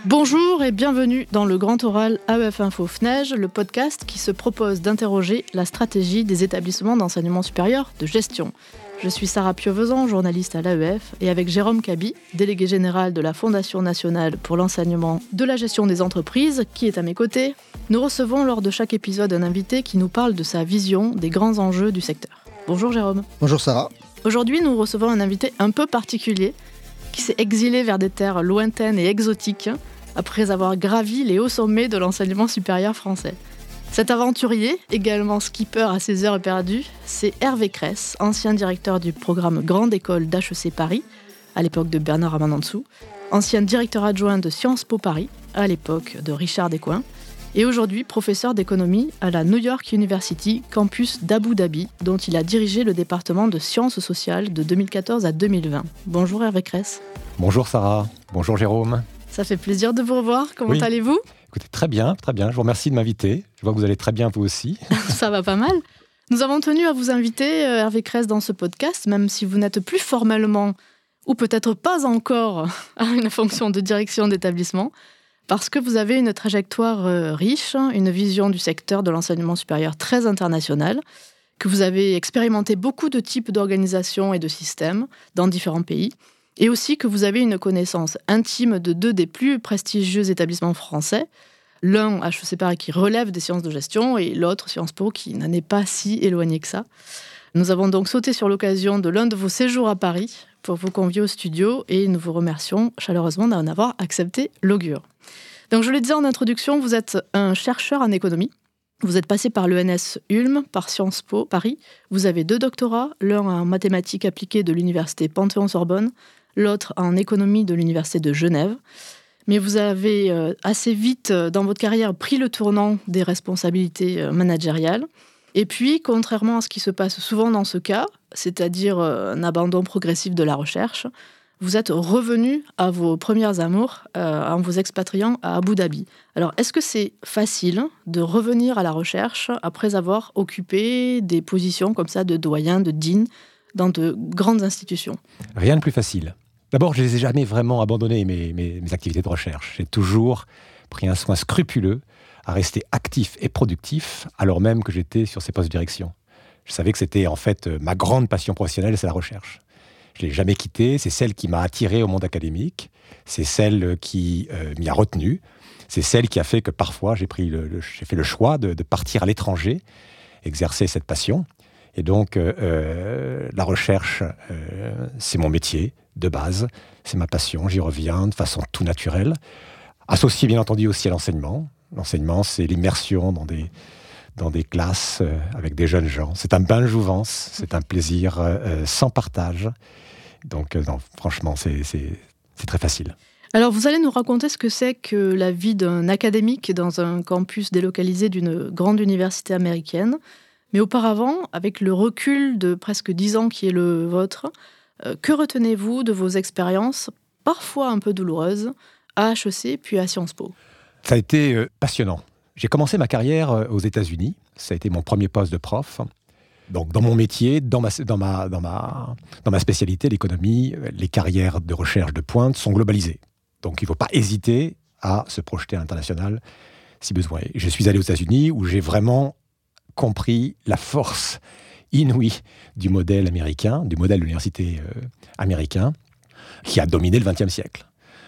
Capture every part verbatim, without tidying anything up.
Bonjour et bienvenue dans le Grand Oral A E F Info F N E J, le podcast qui se propose d'interroger la stratégie des établissements d'enseignement supérieur de gestion. Je suis Sarah Piovesan, journaliste à l'A E F, et avec Jérôme Cabi, délégué général de la Fondation nationale pour l'enseignement de la gestion des entreprises, qui est à mes côtés, nous recevons lors de chaque épisode un invité qui nous parle de sa vision des grands enjeux du secteur. Bonjour Jérôme. Bonjour Sarah. Aujourd'hui, nous recevons un invité un peu particulier qui s'est exilé vers des terres lointaines et exotiques après avoir gravi les hauts sommets de l'enseignement supérieur français. Cet aventurier, également skipper à ses heures perdues, c'est Hervé Cress, ancien directeur du programme Grande École d'H E C Paris, à l'époque de Bernard Ramanantsoa, ancien directeur adjoint de Sciences Po Paris, à l'époque de Richard Descoings, et aujourd'hui professeur d'économie à la New York University, campus d'Abu Dhabi, dont il a dirigé le département de sciences sociales de deux mille quatorze à deux mille vingt. Bonjour Hervé Cress. Bonjour Sarah, bonjour Jérôme. Ça fait plaisir de vous revoir, comment oui. allez-vous ? Écoutez, très bien, très bien, je vous remercie de m'inviter. Je vois que vous allez très bien vous aussi. Ça va pas mal. Nous avons tenu à vous inviter, Hervé Cress, dans ce podcast, même si vous n'êtes plus formellement, ou peut-être pas encore, à une fonction de direction d'établissement, parce que vous avez une trajectoire riche, une vision du secteur de l'enseignement supérieur très internationale, que vous avez expérimenté beaucoup de types d'organisations et de systèmes dans différents pays, et aussi que vous avez une connaissance intime de deux des plus prestigieux établissements français, l'un H E C Paris qui relève des sciences de gestion et l'autre Sciences Po qui n'en est pas si éloigné que ça. Nous avons donc sauté sur l'occasion de l'un de vos séjours à Paris pour vous convier au studio et nous vous remercions chaleureusement d'en avoir accepté l'augure. Donc je le disais en introduction, vous êtes un chercheur en économie. Vous êtes passé par l'E N S Ulm, par Sciences Po Paris. Vous avez deux doctorats, l'un en mathématiques appliquées de l'université Panthéon-Sorbonne, l'autre en économie de l'université de Genève. Mais vous avez euh, assez vite, euh, dans votre carrière, pris le tournant des responsabilités euh, managériales. Et puis, contrairement à ce qui se passe souvent dans ce cas, c'est-à-dire euh, un abandon progressif de la recherche, vous êtes revenu à vos premières amours euh, en vous expatriant à Abu Dhabi. Alors, est-ce que c'est facile de revenir à la recherche après avoir occupé des positions comme ça de doyen, de dean, dans de grandes institutions ? Rien de plus facile. D'abord, je ne les ai jamais vraiment abandonnées, mes, mes, mes activités de recherche. J'ai toujours pris un soin scrupuleux à rester actif et productif, alors même que j'étais sur ces postes de direction. Je savais que c'était en fait ma grande passion professionnelle, c'est la recherche. Je ne l'ai jamais quittée, c'est celle qui m'a attiré au monde académique, c'est celle qui euh, m'y a retenu, c'est celle qui a fait que parfois j'ai, pris le, le, j'ai fait le choix de, de partir à l'étranger, exercer cette passion. Et donc, euh, la recherche, euh, c'est mon métier de base, c'est ma passion, j'y reviens de façon tout naturelle. Associé, bien entendu, aussi à l'enseignement. L'enseignement, c'est l'immersion dans des, dans des classes euh, avec des jeunes gens. C'est un bain de jouvence, c'est un plaisir euh, sans partage. Donc, euh, non, franchement, c'est, c'est, c'est très facile. Alors, vous allez nous raconter ce que c'est que la vie d'un académique dans un campus délocalisé d'une grande université américaine. Mais auparavant, avec le recul de presque dix ans qui est le vôtre, euh, que retenez-vous de vos expériences, parfois un peu douloureuses, à H E C puis à Sciences Po ? Ça a été euh, passionnant. J'ai commencé ma carrière euh, aux États-Unis. Ça a été mon premier poste de prof. Donc, dans mon métier, dans ma, dans ma, dans ma, dans ma spécialité, l'économie, les carrières de recherche de pointe sont globalisées. Donc, il ne faut pas hésiter à se projeter à l'international si besoin. Je suis allé aux États-Unis où j'ai vraiment compris la force inouïe du modèle américain, du modèle de l'université euh, américain, qui a dominé le vingtième siècle.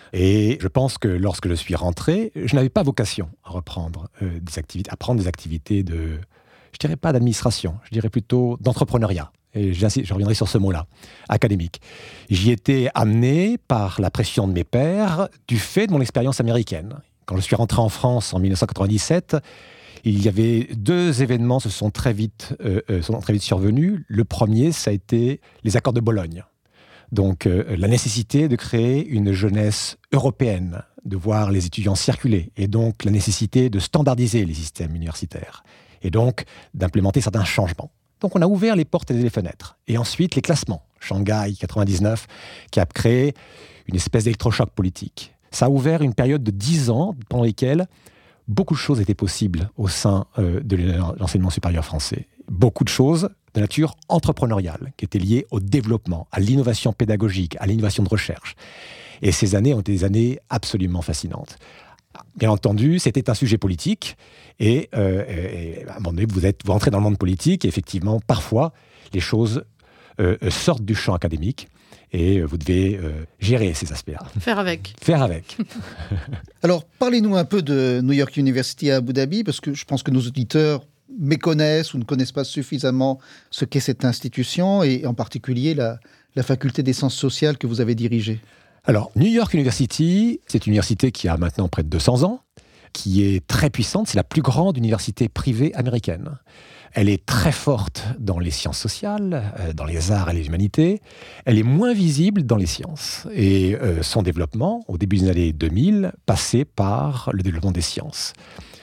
Et je pense que lorsque je suis rentré, je n'avais pas vocation à reprendre euh, des activités, à prendre des activités de, je dirais pas d'administration, je dirais plutôt d'entrepreneuriat. Et je reviendrai sur ce mot-là, académique. J'y étais amené par la pression de mes pairs, du fait de mon expérience américaine. Quand je suis rentré en France en dix-neuf cent quatre-vingt-dix-sept, il y avait deux événements qui se sont très vite, euh, sont très vite survenus. Le premier, ça a été les accords de Bologne. Donc, euh, la nécessité de créer une jeunesse européenne, de voir les étudiants circuler, et donc la nécessité de standardiser les systèmes universitaires, et donc d'implémenter certains changements. Donc, on a ouvert les portes et les fenêtres. Et ensuite, les classements. Shanghai quatre-vingt-dix-neuf, qui a créé une espèce d'électrochoc politique. Ça a ouvert une période de dix ans pendant lesquelles beaucoup de choses étaient possibles au sein euh, de l'enseignement supérieur français. Beaucoup de choses de nature entrepreneuriale, qui étaient liées au développement, à l'innovation pédagogique, à l'innovation de recherche. Et ces années ont été des années absolument fascinantes. Bien entendu, c'était un sujet politique, et, euh, et à un moment donné, vous, êtes, vous entrez dans le monde politique, et effectivement, parfois, les choses euh, sortent du champ académique, et vous devez euh, gérer ces aspects-là. Faire avec. Faire avec. Alors, parlez-nous un peu de New York University à Abu Dhabi, parce que je pense que nos auditeurs méconnaissent ou ne connaissent pas suffisamment ce qu'est cette institution, et en particulier la, la faculté des sciences sociales que vous avez dirigée. Alors, New York University, c'est une université qui a maintenant près de deux cents ans, qui est très puissante. C'est la plus grande université privée américaine. Elle est très forte dans les sciences sociales, dans les arts et les humanités. Elle est moins visible dans les sciences. Et euh, son développement, au début des années deux mille, passait par le développement des sciences.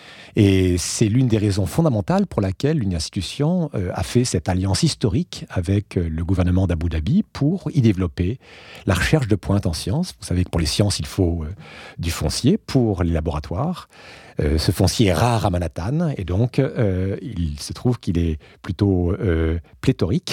Et c'est l'une des raisons fondamentales pour laquelle l'institution euh, a fait cette alliance historique avec euh, le gouvernement d'Abu Dhabi pour y développer la recherche de pointe en sciences. Vous savez que pour les sciences, il faut euh, du foncier pour les laboratoires. Euh, ce foncier est rare à Manhattan, et donc euh, il se trouve qu'il est plutôt euh, pléthorique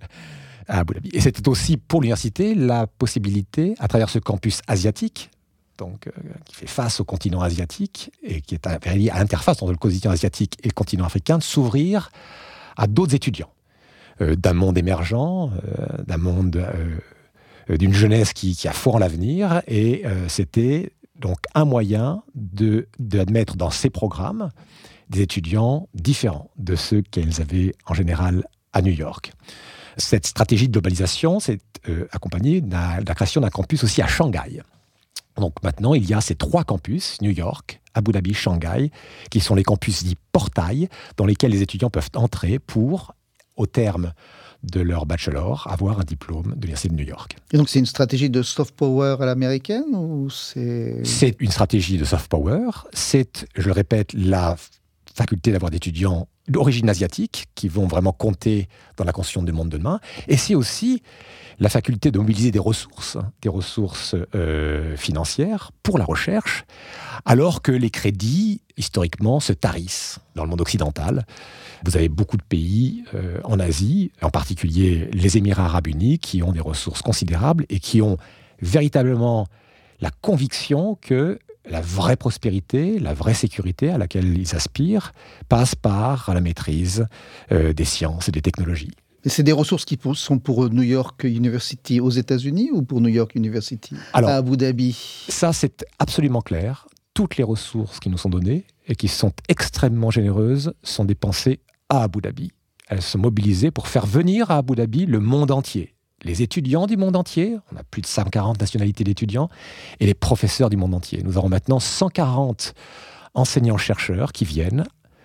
à Abu Dhabi. Et c'était aussi pour l'université la possibilité, à travers ce campus asiatique, donc, euh, qui fait face au continent asiatique et qui est à, à l'interface entre le continent asiatique et le continent africain, de s'ouvrir à d'autres étudiants euh, d'un monde émergent, euh, d'un monde, euh, d'une jeunesse qui, qui a foi en l'avenir. Et euh, c'était donc un moyen de, d'admettre dans ces programmes des étudiants différents de ceux qu'elles avaient en général à New York. Cette stratégie de globalisation s'est euh, accompagnée de la, de la création d'un campus aussi à Shanghai. Donc maintenant, il y a ces trois campus, New York, Abu Dhabi, Shanghai, qui sont les campus dits portails, dans lesquels les étudiants peuvent entrer pour, au terme de leur bachelor, avoir un diplôme de l'Université de New York. Et donc c'est une stratégie de soft power à l'américaine ou c'est... C'est une stratégie de soft power. C'est, je le répète, la faculté d'avoir des étudiants d'origine asiatique qui vont vraiment compter dans la construction du monde de demain. Et c'est aussi la faculté de mobiliser des ressources, des ressources euh, financières pour la recherche, alors que les crédits, historiquement, se tarissent dans le monde occidental. Vous avez beaucoup de pays euh, en Asie, en particulier les Émirats arabes unis, qui ont des ressources considérables et qui ont véritablement la conviction que la vraie prospérité, la vraie sécurité à laquelle ils aspirent passe par la maîtrise euh, des sciences et des technologies. Et c'est des ressources qui sont pour New York University aux États-Unis ou pour New York University Alors, à Abu Dhabi? Ça, c'est absolument clair. Toutes les ressources qui nous sont données et qui sont extrêmement généreuses sont dépensées à Abu Dhabi. Elles sont mobilisées pour faire venir à Abu Dhabi le monde entier. Les étudiants du monde entier, on a plus de cent quarante nationalités d'étudiants, et les professeurs du monde entier. Nous avons maintenant cent quarante enseignants-chercheurs qui viennent,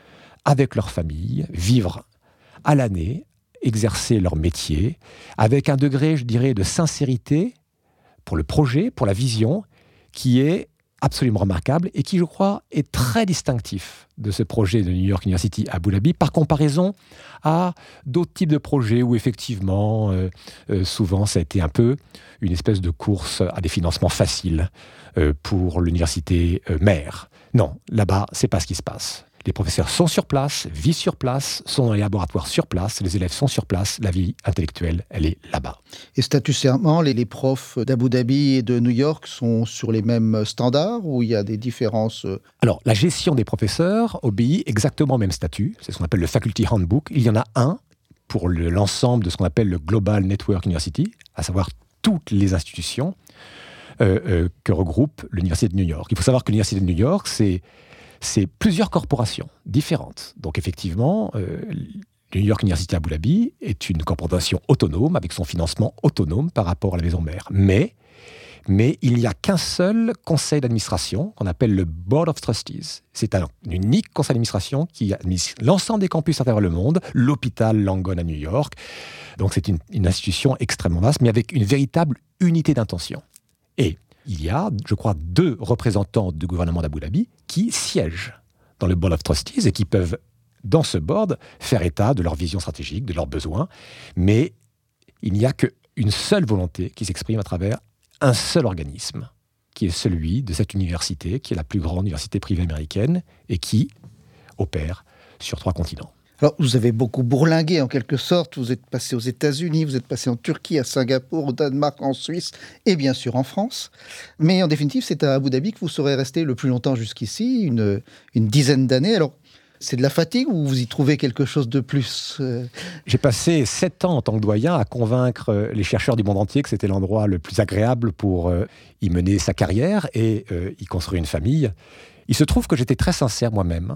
avec leurs familles, vivre à l'année, exercer leur métier, avec un degré, je dirais, de sincérité pour le projet, pour la vision, qui est absolument remarquable et qui, je crois, est très distinctif de ce projet de New York University à Abu Dhabi par comparaison à d'autres types de projets où, effectivement, euh, euh, souvent, ça a été un peu une espèce de course à des financements faciles euh, pour l'université euh, mère. Non, là-bas, c'est pas ce qui se passe. Les professeurs sont sur place, vivent sur place, sont dans les laboratoires sur place, les élèves sont sur place, la vie intellectuelle, elle est là-bas. Et statutairement, les, les profs d'Abu Dhabi et de New York sont sur les mêmes standards ou il y a des différences? Alors, la gestion des professeurs obéit exactement au même statut. C'est ce qu'on appelle le Faculty Handbook. Il y en a un pour le, l'ensemble de ce qu'on appelle le Global Network University, à savoir toutes les institutions euh, euh, que regroupe l'Université de New York. Il faut savoir que l'Université de New York, c'est c'est plusieurs corporations différentes. Donc effectivement, euh, New York University Abu Dhabi est une corporation autonome, avec son financement autonome par rapport à la maison mère. Mais, mais il n'y a qu'un seul conseil d'administration, qu'on appelle le Board of Trustees. C'est un, un unique conseil d'administration qui administre l'ensemble des campus à travers le monde, l'hôpital Langone à New York. Donc c'est une, une institution extrêmement vaste, mais avec une véritable unité d'intention. Et il y a, je crois, deux représentants du gouvernement d'Abu Dhabi qui siègent dans le Board of Trustees et qui peuvent, dans ce board, faire état de leur vision stratégique, de leurs besoins. Mais il n'y a qu'une seule volonté qui s'exprime à travers un seul organisme, qui est celui de cette université, qui est la plus grande université privée américaine et qui opère sur trois continents. Alors, vous avez beaucoup bourlingué en quelque sorte. Vous êtes passé aux États-Unis, vous êtes passé en Turquie, à Singapour, au Danemark, en Suisse et bien sûr en France. Mais en définitive, c'est à Abu Dhabi que vous serez resté le plus longtemps jusqu'ici, une, une dizaine d'années. Alors, c'est de la fatigue ou vous y trouvez quelque chose de plus ? J'ai passé sept ans en tant que doyen à convaincre les chercheurs du monde entier que c'était l'endroit le plus agréable pour euh, y mener sa carrière et euh, y construire une famille. Il se trouve que j'étais très sincère moi-même.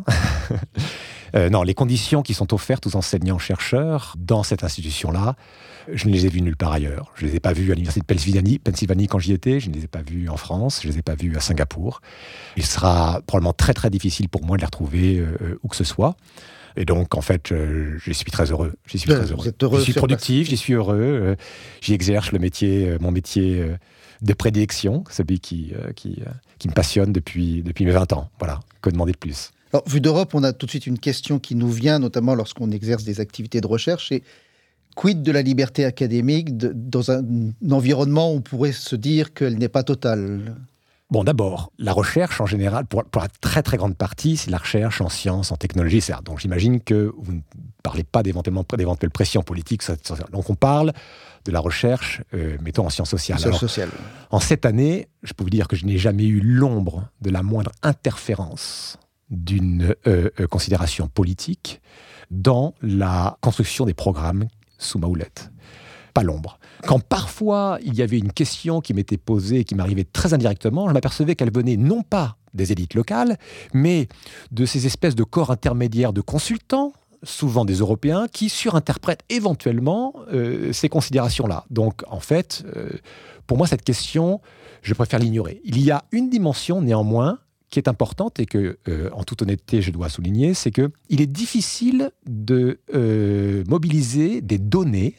euh, non, les conditions qui sont offertes aux enseignants-chercheurs dans cette institution-là, je ne les ai vues nulle part ailleurs. Je ne les ai pas vues à l'université de Pennsylvanie, Pennsylvanie quand j'y étais, je ne les ai pas vues en France, je ne les ai pas vues à Singapour. Il sera probablement très très difficile pour moi de les retrouver euh, où que ce soit. Et donc, en fait, je, je suis très heureux. Je suis, très heureux. heureux je suis productif, j'y suis heureux. Euh, j'y exerce le métier, euh, mon métier euh, de prédilection, celui qui, euh, qui, euh, qui me passionne depuis, depuis mes vingt ans. Voilà, que demander de plus ? Alors, vu d'Europe, on a tout de suite une question qui nous vient, notamment lorsqu'on exerce des activités de recherche. Et quid de la liberté académique de, dans un, un environnement où on pourrait se dire qu'elle n'est pas totale ? Bon, d'abord, la recherche, en général, pour, pour la très très grande partie, c'est la recherche en sciences, en technologie, et cetera. Donc j'imagine que vous ne parlez pas d'éventuellement, d'éventuelles pressions politiques. Donc on parle de la recherche, euh, mettons, en sciences sociales. Sciences sociales. En cette année, je peux vous dire que je n'ai jamais eu l'ombre de la moindre interférence d'une euh, euh, considération politique dans la construction des programmes sous ma houlette. Pas l'ombre. Quand parfois il y avait une question qui m'était posée, qui m'arrivait très indirectement, je m'apercevais qu'elle venait non pas des élites locales, mais de ces espèces de corps intermédiaires de consultants, souvent des Européens, qui surinterprètent éventuellement euh, ces considérations-là. Donc en fait, euh, pour moi, cette question, je préfère l'ignorer. Il y a une dimension néanmoins qui est importante et que, euh, en toute honnêteté, je dois souligner, c'est qu'il est difficile de euh, mobiliser des données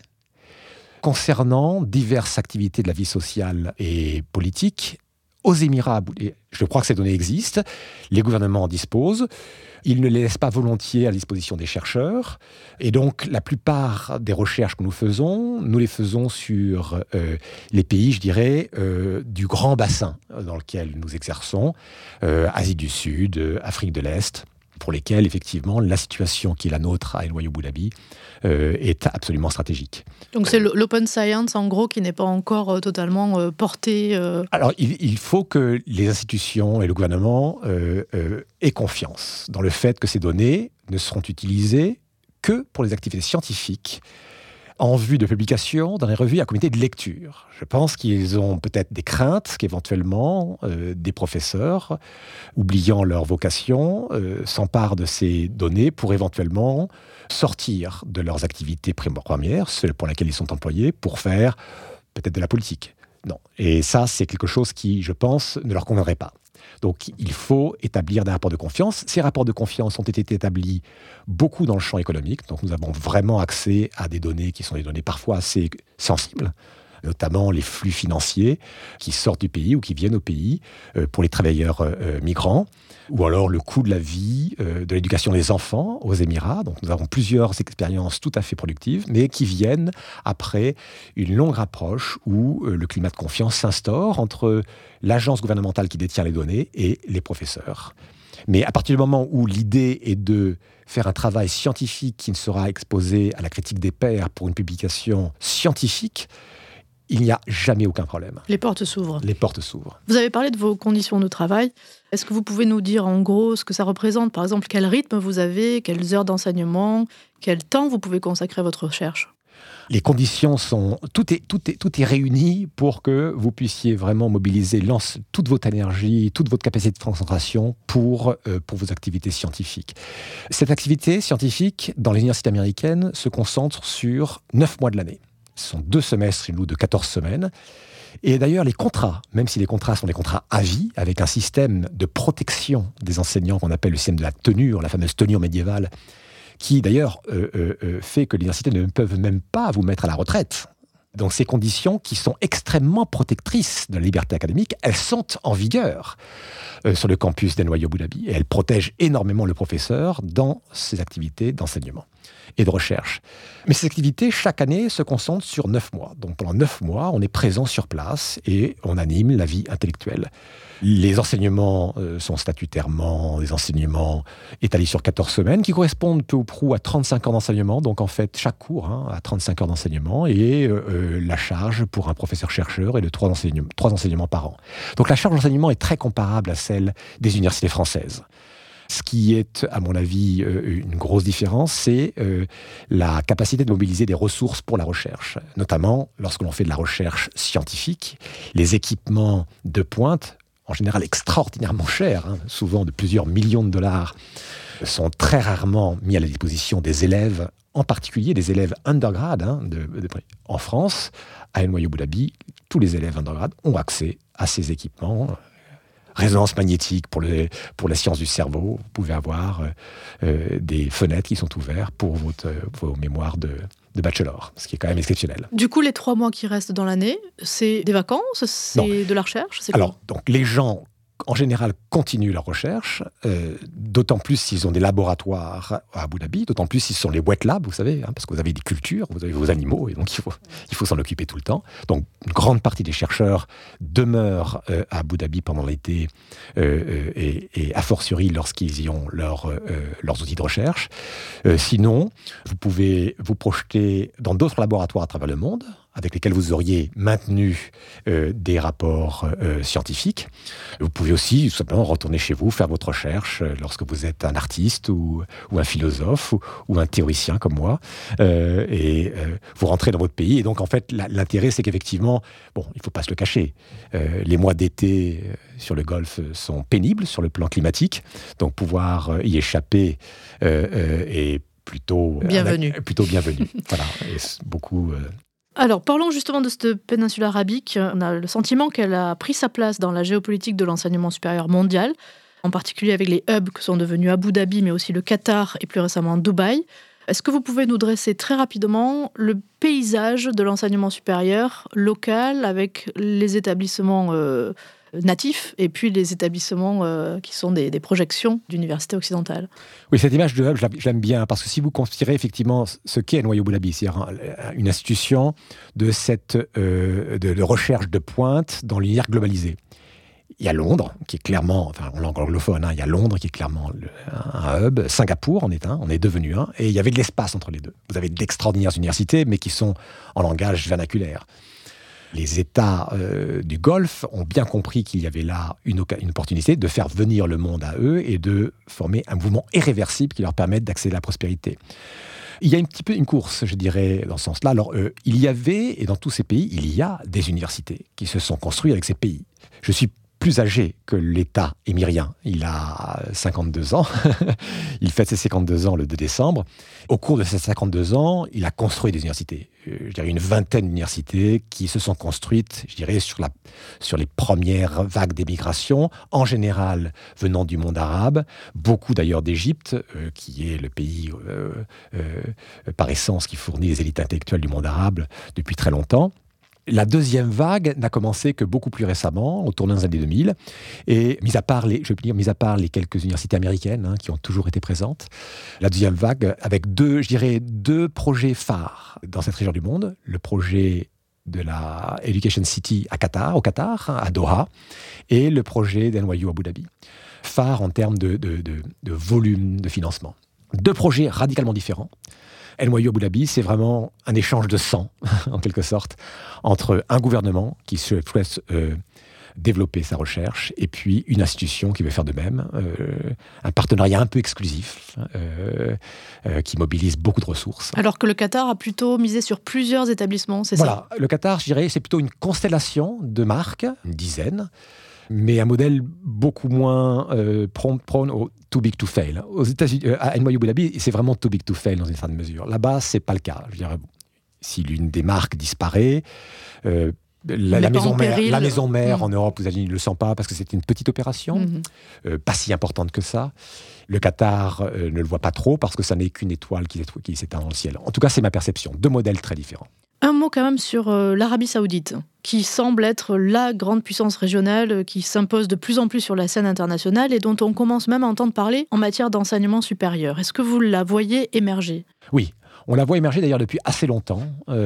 concernant diverses activités de la vie sociale et politique aux Émirats. Je crois que ces données existent, les gouvernements en disposent, ils ne les laissent pas volontiers à la disposition des chercheurs, et donc la plupart des recherches que nous faisons, nous les faisons sur euh, les pays, je dirais, euh, du grand bassin dans lequel nous exerçons, euh, Asie du Sud, euh, Afrique de l'Est, pour lesquels, effectivement, la situation qui est la nôtre à El Wayou Abu Dhabi euh, est absolument stratégique. Donc c'est l'open science, en gros, qui n'est pas encore euh, totalement euh, porté... Euh... Alors, il, il faut que les institutions et le gouvernement euh, euh, aient confiance dans le fait que ces données ne seront utilisées que pour les activités scientifiques en vue de publication dans les revues à comité de lecture. Je pense qu'ils ont peut-être des craintes qu'éventuellement euh, des professeurs, oubliant leur vocation, euh, s'emparent de ces données pour éventuellement sortir de leurs activités premières, celles pour lesquelles ils sont employés, pour faire peut-être de la politique. Non. Et ça, c'est quelque chose qui, je pense, ne leur conviendrait pas. Donc, il faut établir des rapports de confiance. Ces rapports de confiance ont été établis beaucoup dans le champ économique. Donc, nous avons vraiment accès à des données qui sont des données parfois assez sensibles, notamment les flux financiers qui sortent du pays ou qui viennent au pays euh, pour les travailleurs euh, migrants, ou alors le coût de la vie, euh, de l'éducation des enfants aux Émirats. Donc, nous avons plusieurs expériences tout à fait productives, mais qui viennent après une longue approche où euh, le climat de confiance s'instaure entre l'agence gouvernementale qui détient les données et les professeurs. Mais à partir du moment où l'idée est de faire un travail scientifique qui ne sera exposé à la critique des pairs pour une publication scientifique, il n'y a jamais aucun problème. Les portes s'ouvrent. Les portes s'ouvrent. Vous avez parlé de vos conditions de travail. Est-ce que vous pouvez nous dire en gros ce que ça représente ? Par exemple, quel rythme vous avez, quelles heures d'enseignement, quel temps vous pouvez consacrer à votre recherche ? Les conditions sont... Tout est, tout est, tout est réuni pour que vous puissiez vraiment mobiliser lance, toute votre énergie, toute votre capacité de concentration pour, euh, pour vos activités scientifiques. Cette activité scientifique, dans les universités américaines, se concentre sur neuf mois de l'année. Ce sont deux semestres chez nous de quatorze semaines. Et d'ailleurs, les contrats, même si les contrats sont des contrats à vie, avec un système de protection des enseignants qu'on appelle le système de la tenure, la fameuse tenure médiévale, qui d'ailleurs euh, euh, fait que les universités ne peuvent même pas vous mettre à la retraite. Donc ces conditions qui sont extrêmement protectrices de la liberté académique, elles sont en vigueur euh, sur le campus d'El Wayou Abu Dhabi et elles protègent énormément le professeur dans ses activités d'enseignement. et de recherche. Mais ces activités, chaque année, se concentrent sur neuf mois. Donc pendant neuf mois, on est présent sur place et on anime la vie intellectuelle. Les enseignements euh, sont statutairement des enseignements étalés sur quatorze semaines, qui correspondent peu ou prou à trente-cinq heures d'enseignement. Donc en fait, chaque cours hein, a trente-cinq heures d'enseignement et euh, la charge pour un professeur-chercheur est de trois enseignements, trois enseignements par an. Donc la charge d'enseignement est très comparable à celle des universités françaises. Ce qui est, à mon avis, une grosse différence, c'est euh, la capacité de mobiliser des ressources pour la recherche. Notamment, lorsque l'on fait de la recherche scientifique, les équipements de pointe, en général extraordinairement chers, hein, souvent de plusieurs millions de dollars, sont très rarement mis à la disposition des élèves, en particulier des élèves undergrad. Hein, de, de, en France, à N Y U Abu Dhabi, tous les élèves undergrad ont accès à ces équipements. Résonance magnétique pour, le, pour la science du cerveau. Vous pouvez avoir euh, des fenêtres qui sont ouvertes pour votre, vos mémoires de, de bachelor, ce qui est quand même exceptionnel. Du coup, les trois mois qui restent dans l'année, c'est des vacances, c'est non. de la recherche, c'est Alors, quoi donc les gens, en général, continuent leur recherche, euh, d'autant plus s'ils ont des laboratoires à Abu Dhabi, d'autant plus s'ils sont les wet labs, vous savez, hein, parce que vous avez des cultures, vous avez vos animaux, et donc il faut, il faut s'en occuper tout le temps. Donc, une grande partie des chercheurs demeurent euh, à Abu Dhabi pendant l'été, euh, et, et a fortiori lorsqu'ils y ont leur, euh, leurs outils de recherche. Euh, sinon, vous pouvez vous projeter dans d'autres laboratoires à travers le monde, avec lesquels vous auriez maintenu euh, des rapports euh, scientifiques. Vous pouvez aussi tout simplement retourner chez vous, faire votre recherche euh, lorsque vous êtes un artiste ou, ou un philosophe ou, ou un théoricien comme moi, euh, et euh, vous rentrez dans votre pays. Et donc, en fait, la, l'intérêt, c'est qu'effectivement, bon, il ne faut pas se le cacher, euh, les mois d'été euh, sur le Golfe sont pénibles sur le plan climatique, donc pouvoir euh, y échapper euh, euh, est plutôt bienvenu. Euh, plutôt bienvenu. Voilà, et beaucoup... Euh, Alors, parlons justement de cette péninsule arabique. On a le sentiment qu'elle a pris sa place dans la géopolitique de l'enseignement supérieur mondial, en particulier avec les hubs que sont devenus Abu Dhabi, mais aussi le Qatar et plus récemment Dubaï. Est-ce que vous pouvez nous dresser très rapidement le paysage de l'enseignement supérieur local avec les établissements euh, natifs et puis les établissements euh, qui sont des, des projections d'universités occidentales? Oui, cette image de hub, je l'aime bien, parce que si vous considérez effectivement ce qu'est N Y U Abu Dhabi, c'est-à-dire une institution de, cette, euh, de, de recherche de pointe dans l'univers globalisé. Il y a Londres, qui est clairement, enfin en langue anglophone, hein, il y a Londres qui est clairement le, un hub, Singapour en est un, on est devenu un, et il y avait de l'espace entre les deux. Vous avez d'extraordinaires universités, mais qui sont en langage vernaculaire. Les États euh, du Golfe ont bien compris qu'il y avait là une, une opportunité de faire venir le monde à eux et de former un mouvement irréversible qui leur permette d'accéder à la prospérité. Il y a un petit peu une course, je dirais, dans ce sens-là. Alors, euh, il y avait, et dans tous ces pays, il y a des universités qui se sont construites avec ces pays. Je suis plus âgé que l'État émirien. Il a cinquante-deux ans. Il fête ses cinquante-deux ans le deux décembre. Au cours de ces cinquante-deux ans, il a construit des universités. Je dirais une vingtaine d'universités qui se sont construites, je dirais, sur, la, sur les premières vagues d'émigration, en général venant du monde arabe, beaucoup d'ailleurs d'Égypte, euh, qui est le pays euh, euh, par essence qui fournit les élites intellectuelles du monde arabe depuis très longtemps. La deuxième vague n'a commencé que beaucoup plus récemment, au tournant des années deux mille, et mis à part les, je veux dire, mis à part les quelques universités américaines hein, qui ont toujours été présentes, la deuxième vague avec deux, je dirais, deux projets phares dans cette région du monde, le projet de la Education City à Qatar, au Qatar, à Doha, et le projet d'N Y U Abu Dhabi, phare en termes de, de, de, de volume de financement. Deux projets radicalement différents. N Y U Abu Dhabi, c'est vraiment un échange de sang, en quelque sorte, entre un gouvernement qui souhaite euh, développer sa recherche et puis une institution qui veut faire de même. Euh, un partenariat un peu exclusif euh, euh, qui mobilise beaucoup de ressources. Alors que le Qatar a plutôt misé sur plusieurs établissements, c'est voilà. ça ? Voilà, le Qatar, je dirais, c'est plutôt une constellation de marques, une dizaine, mais un modèle beaucoup moins euh, prone, prone au too big to fail. Aux États-Unis, euh, à N Y U Abu Dhabi, c'est vraiment too big to fail dans une certaine mesure. Là-bas, c'est pas le cas. Je dirais, si l'une des marques disparaît, euh, la, la, maison mère, la maison mère mmh. en Europe, vous ne le sent pas parce que c'est une petite opération, mmh. euh, pas si importante que ça. Le Qatar euh, ne le voit pas trop parce que ça n'est qu'une étoile qui, qui s'éteint dans le ciel. En tout cas, c'est ma perception. Deux modèles très différents. Un mot quand même sur euh, l'Arabie Saoudite, qui semble être la grande puissance régionale qui s'impose de plus en plus sur la scène internationale et dont on commence même à entendre parler en matière d'enseignement supérieur. Est-ce que vous la voyez émerger ? Oui, on la voit émerger d'ailleurs depuis assez longtemps.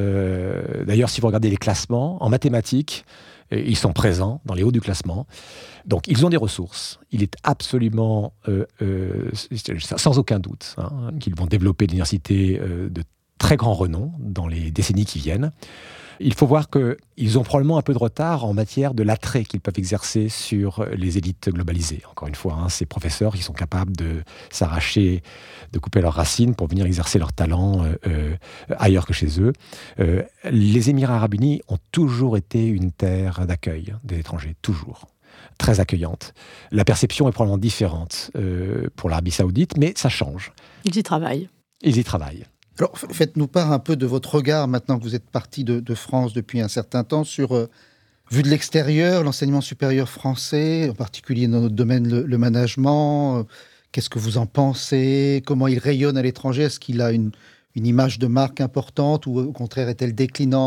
Euh, d'ailleurs, si vous regardez les classements, en mathématiques, ils sont présents dans les hauts du classement. Donc, ils ont des ressources. Il est absolument, euh, euh, sans aucun doute, hein, qu'ils vont développer l'université euh, de très grand renom dans les décennies qui viennent. Il faut voir qu'ils ont probablement un peu de retard en matière de l'attrait qu'ils peuvent exercer sur les élites globalisées. Encore une fois, hein, ces professeurs qui sont capables de s'arracher, de couper leurs racines pour venir exercer leur talent euh, euh, ailleurs que chez eux. Euh, les Émirats arabes unis ont toujours été une terre d'accueil des étrangers, toujours. Très accueillante. La perception est probablement différente euh, pour l'Arabie saoudite, mais ça change. Ils y travaillent. Ils y travaillent. Alors, faites-nous part un peu de votre regard, maintenant que vous êtes parti de, de France depuis un certain temps, sur, euh, vu de l'extérieur, l'enseignement supérieur français, en particulier dans notre domaine, le, le management. Euh, qu'est-ce que vous en pensez ? Comment il rayonne à l'étranger ? Est-ce qu'il a une, une image de marque importante ou au contraire est-elle déclinante ?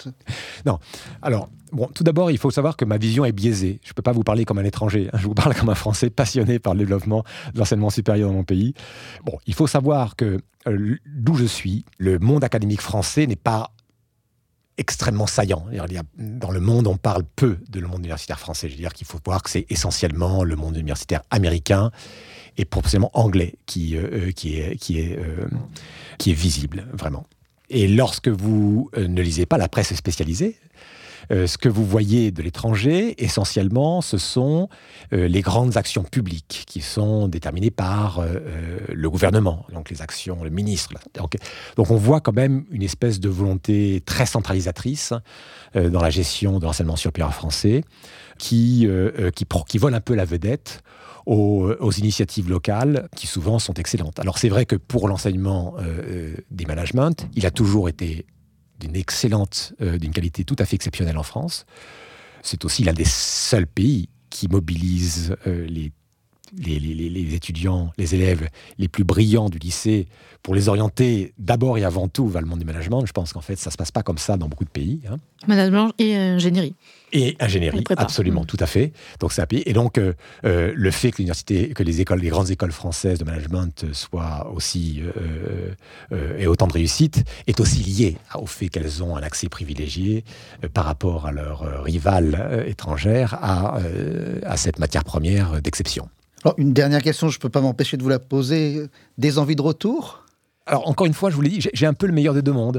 Non. Alors, bon, tout d'abord, il faut savoir que ma vision est biaisée. Je ne peux pas vous parler comme un étranger. Je vous parle comme un Français passionné par le développement de l'enseignement supérieur dans mon pays. Bon, il faut savoir que euh, d'où je suis, le monde académique français n'est pas extrêmement saillant. Il y a, dans le monde, on parle peu de le monde universitaire français. Je veux dire qu'il faut voir que c'est essentiellement le monde universitaire américain et potentiellement anglais qui, euh, qui, est, qui, est, euh, qui est visible, vraiment. Et lorsque vous euh, ne lisez pas la presse spécialisée, Euh, ce que vous voyez de l'étranger, essentiellement, ce sont euh, les grandes actions publiques qui sont déterminées par euh, le gouvernement, donc les actions, le ministre. Là. Donc, donc on voit quand même une espèce de volonté très centralisatrice euh, dans la gestion de l'enseignement supérieur français qui, euh, qui, qui vole un peu la vedette Aux, aux initiatives locales qui souvent sont excellentes. Alors c'est vrai que pour l'enseignement euh, des managements, il a toujours été d'une excellente, euh, d'une qualité tout à fait exceptionnelle en France. C'est aussi l'un des seuls pays qui mobilise euh, les, les, les, les étudiants, les élèves les plus brillants du lycée pour les orienter d'abord et avant tout vers le monde du management. Je pense qu'en fait, ça ne se passe pas comme ça dans beaucoup de pays. Hein. Management et ingénierie. Et ingénierie, absolument, mmh. tout à fait. Donc c'est un pays. Et donc euh, euh, le fait que l'université, que les écoles, les grandes écoles françaises de management soient aussi euh, euh, et autant de réussite, est aussi lié au fait qu'elles ont un accès privilégié euh, par rapport à leurs euh, rivales euh, étrangères à, euh, à cette matière première d'exception. Alors une dernière question, je ne peux pas m'empêcher de vous la poser. Des envies de retour ? Alors, encore une fois, je vous l'ai dit, j'ai un peu le meilleur des deux mondes.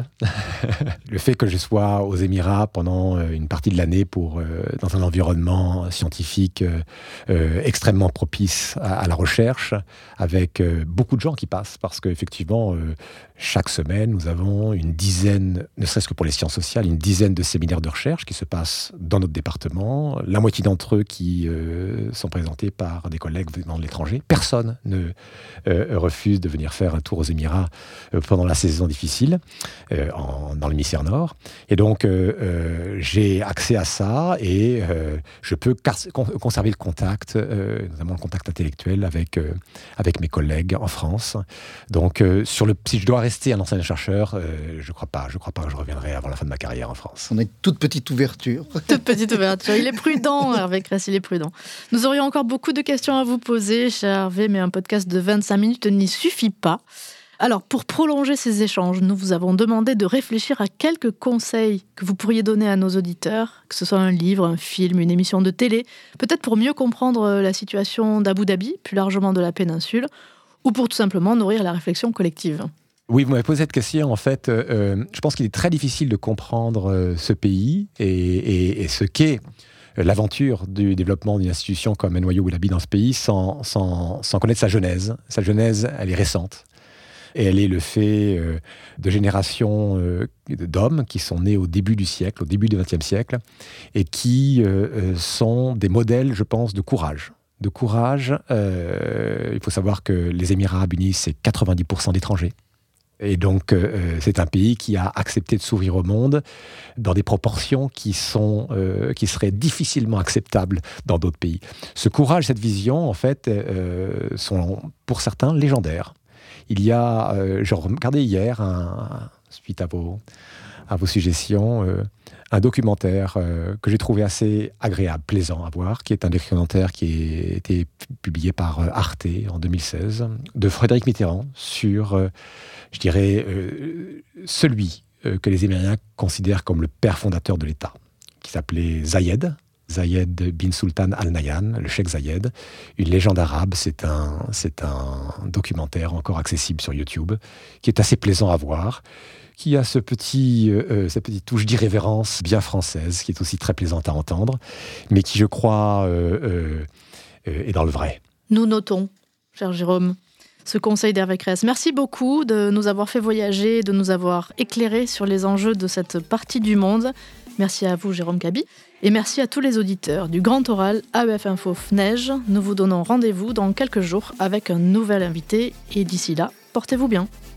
Le fait que je sois aux Émirats pendant une partie de l'année pour, euh, dans un environnement scientifique euh, euh, extrêmement propice à, à la recherche, avec euh, beaucoup de gens qui passent, parce qu'effectivement, euh, chaque semaine, nous avons une dizaine, ne serait-ce que pour les sciences sociales, une dizaine de séminaires de recherche qui se passent dans notre département. La moitié d'entre eux qui euh, sont présentés par des collègues venant de l'étranger. Personne ne euh, refuse de venir faire un tour aux Émirats pendant la saison difficile euh, en, dans l'hémisphère nord. Et donc, euh, euh, j'ai accès à ça et euh, je peux car- conserver le contact, euh, notamment le contact intellectuel avec, euh, avec mes collègues en France. Donc, euh, sur le, si je dois rester un enseignant-chercheur, euh, je ne crois pas. Je ne crois pas que je reviendrai avant la fin de ma carrière en France. On a une toute petite ouverture. Toute petite ouverture. Il est prudent, Hervé Kress, il est prudent. Nous aurions encore beaucoup de questions à vous poser, cher Hervé, mais un podcast de vingt-cinq minutes n'y suffit pas. Alors, pour prolonger ces échanges, nous vous avons demandé de réfléchir à quelques conseils que vous pourriez donner à nos auditeurs, que ce soit un livre, un film, une émission de télé, peut-être pour mieux comprendre la situation d'Abu Dhabi, plus largement de la péninsule, ou pour tout simplement nourrir la réflexion collective. Oui, vous m'avez posé cette question. En fait, euh, je pense qu'il est très difficile de comprendre euh, ce pays et, et, et ce qu'est l'aventure du développement d'une institution comme N Y U Abu Dhabi dans ce pays sans, sans, sans connaître sa genèse. Sa genèse, elle est récente. Et elle est le fait euh, de générations euh, d'hommes qui sont nés au début du siècle, au début du vingtième siècle, et qui euh, sont des modèles, je pense, de courage. De courage, euh, il faut savoir que les Émirats arabes unis, c'est quatre-vingt-dix pour cent d'étrangers. Et donc, euh, c'est un pays qui a accepté de s'ouvrir au monde dans des proportions qui, sont, euh, qui seraient difficilement acceptables dans d'autres pays. Ce courage, cette vision, en fait, euh, sont pour certains légendaires. Il y a, euh, je regardais hier, un, suite à vos, à vos suggestions, euh, un documentaire euh, que j'ai trouvé assez agréable, plaisant à voir, qui est un documentaire qui a été publié par euh, Arte en deux mille seize, de Frédéric Mitterrand, sur, euh, je dirais, euh, celui euh, que les Américains considèrent comme le père fondateur de l'État, qui s'appelait Zayed, Zayed bin Sultan Al Nahyan, le cheikh Zayed, une légende arabe. C'est un, c'est un documentaire encore accessible sur YouTube, qui est assez plaisant à voir, qui a ce petit, euh, cette petite touche d'irrévérence bien française, qui est aussi très plaisante à entendre, mais qui, je crois, euh, euh, est dans le vrai. Nous notons, cher Jérôme, ce conseil d'Hervé Cress. Merci beaucoup de nous avoir fait voyager, de nous avoir éclairé sur les enjeux de cette partie du monde. Merci à vous, Jérôme Kaby. Et merci à tous les auditeurs du Grand Oral A E F Info F N E J. Nous vous donnons rendez-vous dans quelques jours avec un nouvel invité. Et d'ici là, portez-vous bien.